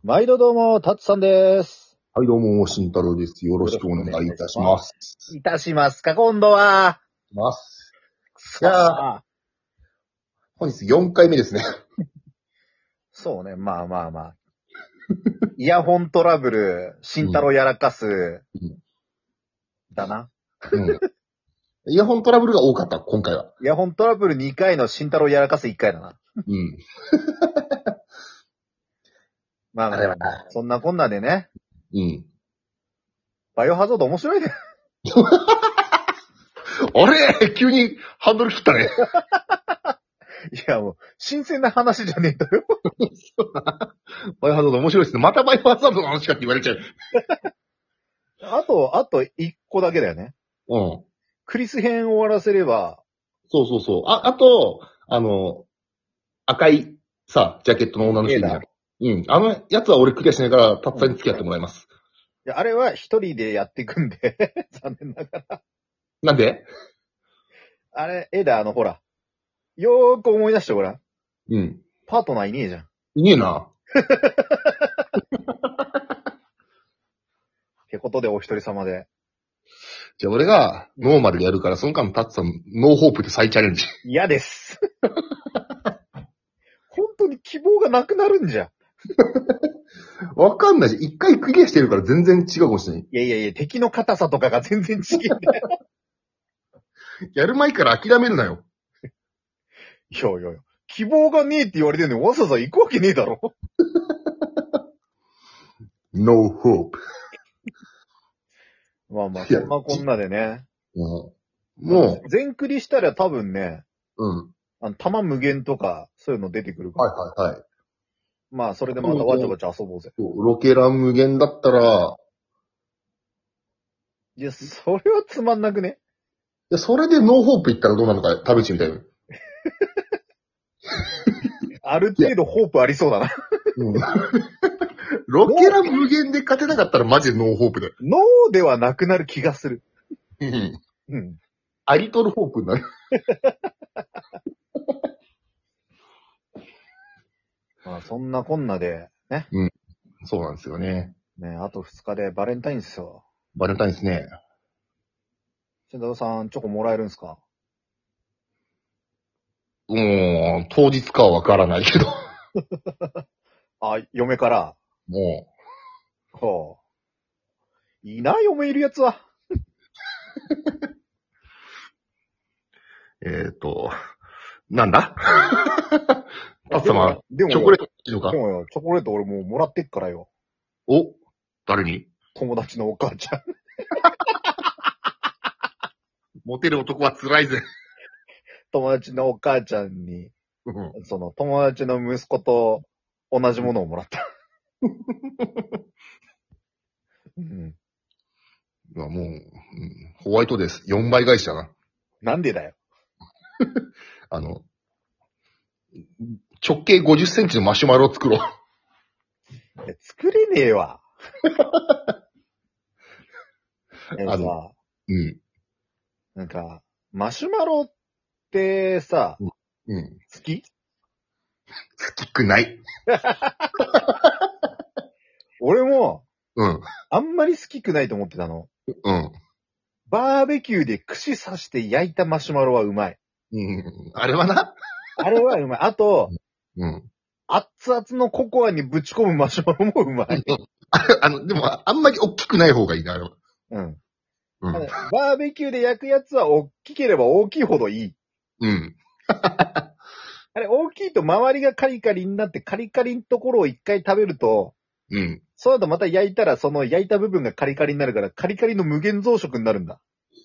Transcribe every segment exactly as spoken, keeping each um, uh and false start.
毎度どうも、タツさんです。 はい、どうも、慎太郎です。よろしくお願いいたします。 いたしますか、今度は。 ます。 いやー本日よんかいめですね。 そうね、まあまあまあ。イヤホントラブル、慎太郎やらかす、 うんだな。 うん。イヤホントラブルが多かった、今回は。 イヤホントラブルにかいの慎太郎やらかすいっかいだな。 うん。 まあまああれは、 そんなこんなでね、 うん。 バイオハザード面白いね。 あれ急にハンドル切ったね。 いやもう、新鮮な話じゃねえんだよ。 バイオハザード面白いですね。またバイオハザードの話かって言われちゃう。 あと、あといっこだけだよね。 うん。 クリス編終わらせれば、 そうそうそう。あ、あと、あの、赤いさ、ジャケットの女の人いるじゃん。うん。あのやつは俺クリアしないから、たったに付き合ってもらいます。 いやあれは一人でやっていくんで、残念ながら。 なんであれ、絵だ、あの、ほら。よーく思い出してごらん。 うん。 パートナーいねえじゃん。 いねえな。 ってことでお一人様で。 じゃあ俺がノーマルでやるから、その間タッツさん、ノーホープで再チャレンジ。 嫌です。本当に希望がなくなるんじゃ。 わかんないし、一回クリアしてるから全然違うかもしれない。 いやいやいや、敵の硬さとかが全然違うんだよ。 やる前から諦めるなよ。 いやいやいや、希望がねえって言われてんのにわざわざ行くわけねえだろ。 ノーホープ。 まあまあ、 いやそんなこんなでね。 もう、も全クリしたら多分ね、 う、うん。 あの、弾無限とか、そういうの出てくるから。 はいはいはい。 まあ、それでまたわちゃわちゃ遊ぼうぜ。 そうロケラン無限だったら、 いや、それはつまんなくね。 いやそれでノーホープいったらどうなるのか試してみたいよ。 ある程度ホープありそうだな。 うん。ロケラン無限で勝てなかったらマジでノーホープだよ。 ノーではなくなる気がする。 うん。 うん。 アリトルホープになる。 まあ、そんなこんなで、ね。 そうなんですよね。 ね、あとふつかでバレンタインですよ。 バレンタインですね。 慎太郎さん、チョコもらえるんすか？ もう、当日かはわからないけど。 あ、嫁から。 もほう。いいな、嫁いるやつは。 う、えっ、ー、と、なんだタツ様、 でも、 チョコレートいいのかでもよ、チョコレート俺もうもらってっからよ。 お誰に友達のお母ちゃん。 モテる男は辛いぜ。 友達のお母ちゃんに、 うんその友達の息子と同じものをもらった。うん、 いやもう、うん、ホワイトです。よんばい返しだな。 なんでだよ。 あの、直径ごじゅっセンチのマシュマロを作ろう。 いや作れねえわ。えあのさ、 うん。 なんか、マシュマロってさ、 うん。 好き？ 好きくない。 俺も、 うん。 あんまり好きくないと思ってたの。 うん。 バーベキューで串刺して焼いたマシュマロはうまい。 うん。あれはな。 あれはうまい。あと、 うん。 熱々のココアにぶち込むマシュマロもうまい。 あの、でも、あんまり大きくない方がいいな、あれは。 うん。 うん。 バーベキューで焼くやつは大きければ大きいほどいい。 うん。 あれ、大きいと周りがカリカリになってカリカリのところを一回食べると、 うん。 そうだとまた焼いたらその焼いた部分がカリカリになるからカリカリの無限増殖になるんだ。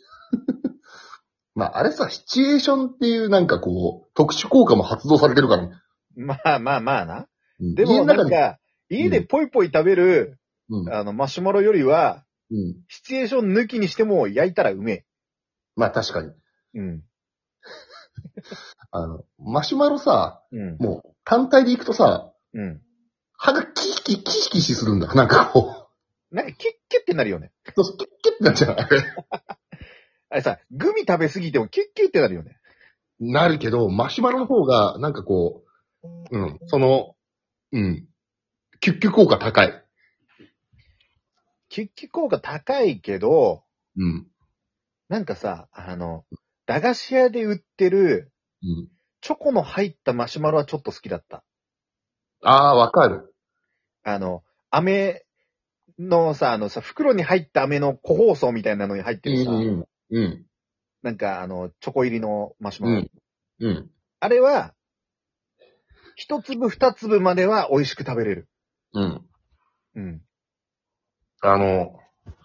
まあ、あれさ、シチュエーションっていうなんかこう、特殊効果も発動されてるからね。 まあまあまあな。 うん、 でもなん家か、家でポイポイ食べる、 うん、 あの、マシュマロよりは、 うん。 シチュエーション抜きにしても焼いたらうめえ。 まあ確かに。 うん。 あの、マシュマロさ、 うん。 もう単体でいくとさ、 うん。 歯がキシキシ、キシキシするんだ。なんかこなんかキュッキュッってなるよね。 う、そうキュッキュッってなっちゃう。あれあれさ、グミ食べすぎてもキュッキュッってなるよね。 なるけど、マシュマロの方が、なんかこう、うん、その、うん、 キュッキュ効果高い。 キュッキュ効果高いけど、 うん。 なんかさ、あの、駄菓子屋で売ってる、 うん。 チョコの入ったマシュマロはちょっと好きだった。 ああ、わかる。 あの、飴のさ、あのさ、袋に入った飴の個包装みたいなのに入ってるさ、 うんうん。うん。 なんかあの、チョコ入りのマシュマロ。 うん。うん。 あれは、一粒二粒までは美味しく食べれる。 うん。 うん。 あの、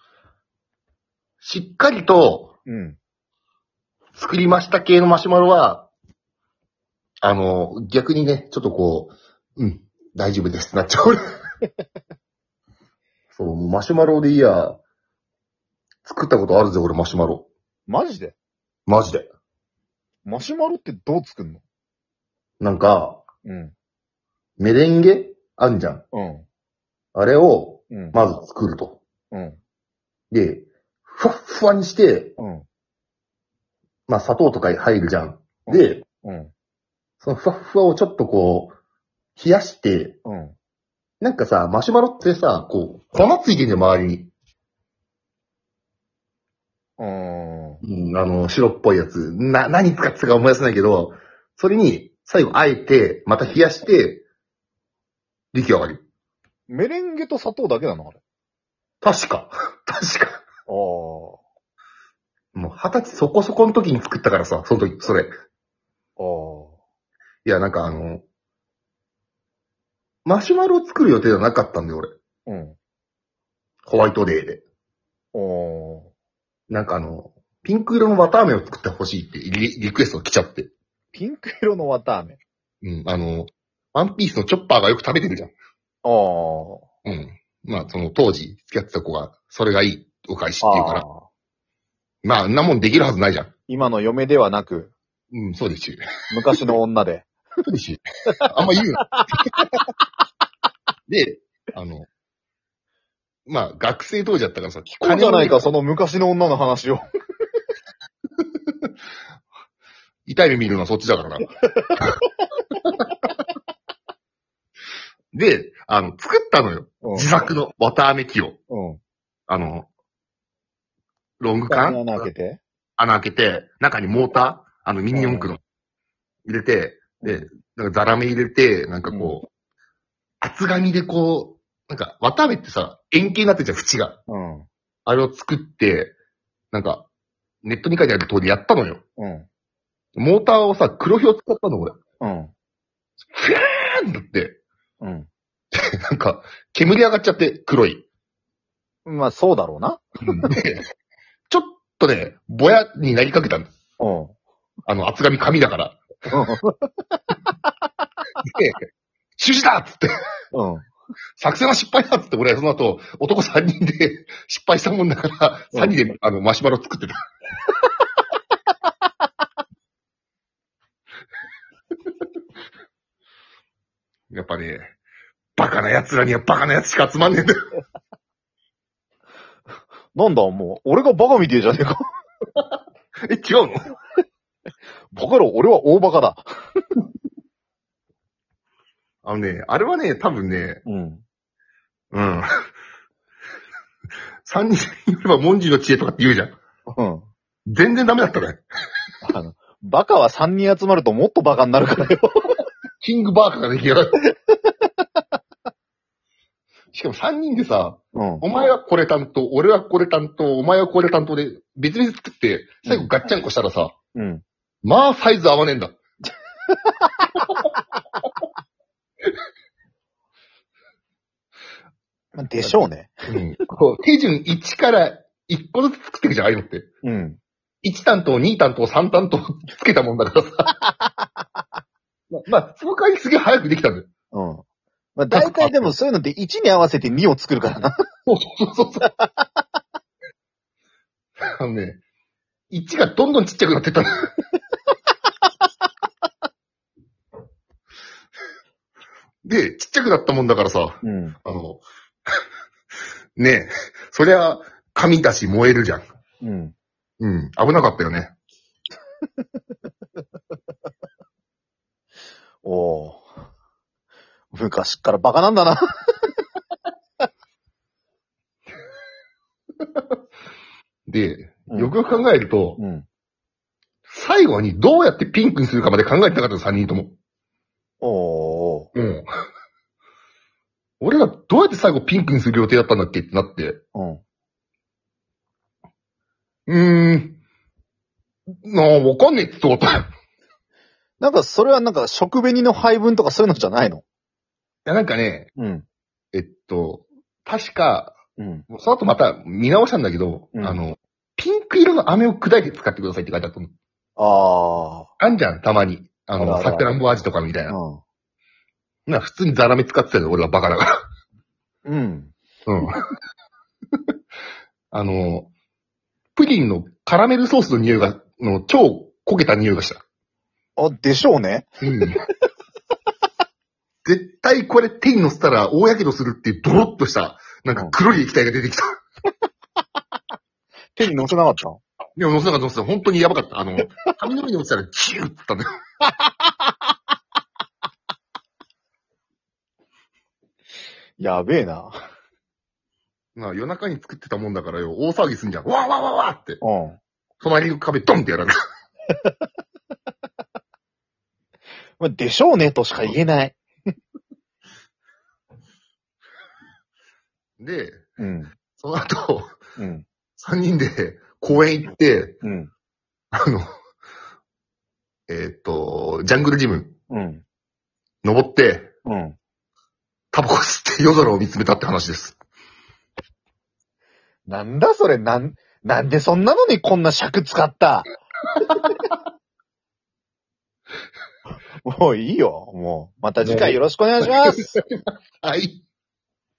しっかりとうん。 作りました系のマシュマロは、あの、逆にね、ちょっとこう、うん、大丈夫ですってなっちゃう。俺そう、マシュマロでいいや、作ったことあるぜ、俺マシュマロ。 マジでマジで。 マシュマロってどう作んの？ なんか、 うん。 メレンゲあんじゃん。 うん。 あれを、 うん。 まず作ると。 うん。 で、ふわっふわにして、 うん。 まあ砂糖とか入るじゃん。で、 うん。 そのふわっふわをちょっとこう、冷やして、 うん。 なんかさ、マシュマロってさ、こう、粉ついてんじゃん、周りに。 うん。 うん、あの、白っぽいやつ。な、何使ってたか思い出せないけど、それに、最後、あえて、また冷やして、出来上がり。 メレンゲと砂糖だけなのあれ。 確か。確か。 ああ。 もう、二十歳そこそこの時に作ったからさ、その時、それ。 ああ。 いや、なんかあの、マシュマロを作る予定じゃなかったんだよ、俺。 うん。 ホワイトデーで。 おー。 なんかあの、ピンク色の綿飴を作ってほしいってリ、リクエストが来ちゃって。 ピンク色の綿飴。 うん、あの、ワンピースのチョッパーがよく食べてるじゃん。 ああ。 うん。まあ、その当時付き合ってた子が、それがいいお返しっていうから。 ああ。 まあ、あんなもんできるはずないじゃん。 今の嫁ではなく、 うん、そうですし。 昔の女で。 そうですし。あんま言うな。で、あの、まあ、学生当時だったからさ、聞こうじゃないか、そのの昔の女の話を。 痛い目見るのはそっちだからな。で、あの、作ったのよ。 うん。 自作の綿飴機を。 うん。 あの、ロング缶穴開けて。 穴開けて、中にモーターあの、ミニ四駆の入れて、で、なんかザラメ入れて、なんかこう、厚紙でこう、なんか、綿飴ってさ、円形になってるじゃん、縁が。 うん。 あれを作って、なんか、ネットに書いてある通りやったのよ。 うん。 モーターをさ、黒ひょう使ったの、俺。 うん。 ふわーんだって、 うん。 なんか、煙上がっちゃって、黒い。 まあ、そうだろうな。 で、ちょっとね、ぼやになりかけたんだ。 うん。 あの、厚紙紙だから。で、中止だっつって、 うん。 作戦は失敗だっつって、俺はその後、男さんにんで失敗したもんだから、 うんさんにんで、あの、マシュマロ作ってた。やっぱね、バカな奴らにはバカな奴しか集まんねえんだよ。 なんだ、もう、俺がバカみてえじゃねえか。 え、違うの？ バカろ、俺は大バカだ。 あのね、あれはね、多分ね、 うん。 うん。三人いれば文字の知恵とかって言うじゃん。 うん。 全然ダメだったね。 あの、バカは三人集まるともっとバカになるからよ。 キングバーカーが出来上がる。しかも三人でさ、 うん。 お前はこれ担当、俺はこれ担当、お前はこれ担当で別々作って、最後ガッチャンコしたらさ、 うん。 まあサイズ合わねえんだ。 でしょうね。 うん。こう、手順いちからいっこずつ作ってるじゃん、ああいうのって。 うん。 いち担当、に担当、さん担当つけたもんだからさ。ままあ、その代わりすげえ早くできたんだよ。 うん。まあ、大体でもそういうのっていちに合わせてにを作るからな。 そうそうそうそう。あのね、いちがどんどんちっちゃくなってったの。で、ちっちゃくなったもんだからさ、 うん。 あの、ねえ、そりゃ、紙だし燃えるじゃん。 うん。 うん、危なかったよね。 おー。 昔っからバカなんだな。 で、 うんよくよく考えると、 うん。 最後にどうやってピンクにするかまで考えてなかったの、さんにんとも。 おー。 うん。俺らどうやって最後ピンクにする予定だったんだっけってなって。 うん。 うーん。なあ、わかんねえって言った。いなんか、それはなんか、食紅の配分とかそういうのじゃないの？ や、なんかね、 うん。 えっと、確か、 うん。 もうその後また見直したんだけど、 うんあの、ピンク色の飴を砕いて使ってくださいって書いてあったの。 ああんじゃん、たまに。あの、 あるあるあるさくらんぼ味とかみたいあ。 な。 うな、普通にザラメ使ってたよ、俺はバカだから。 ん。うん。 うん。あの、プリンのカラメルソースの匂いが、の超焦げた匂いがした。 あ、でしょうね。 うん。絶対これ手に乗せたら大やけどするっていうドロッとした、なんか黒い液体が出てきた。 手に乗せなかったの？ でも乗せなかった乗せなかった。本当にやばかった。あの、髪の毛に乗せたらキューってったんだよ。 やべえな。 なあ、夜中に作ってたもんだからよ、大騒ぎすんじゃん。わーわーわーわーって。 うん。 隣の壁ドンってやられる。 まあでしょうねとしか言えない。 で、 うん。 その後、 うん。 三人で公園行って、 うん。 あの、えーっと、ジャングルジム、 うん。 登って、 うん。 タバコ吸って夜空を見つめたって話です。 なんだそれ、なん、なんでそんなのにこんな尺使ったもういいよ、もう。また次回よろしくお願いします。 はい。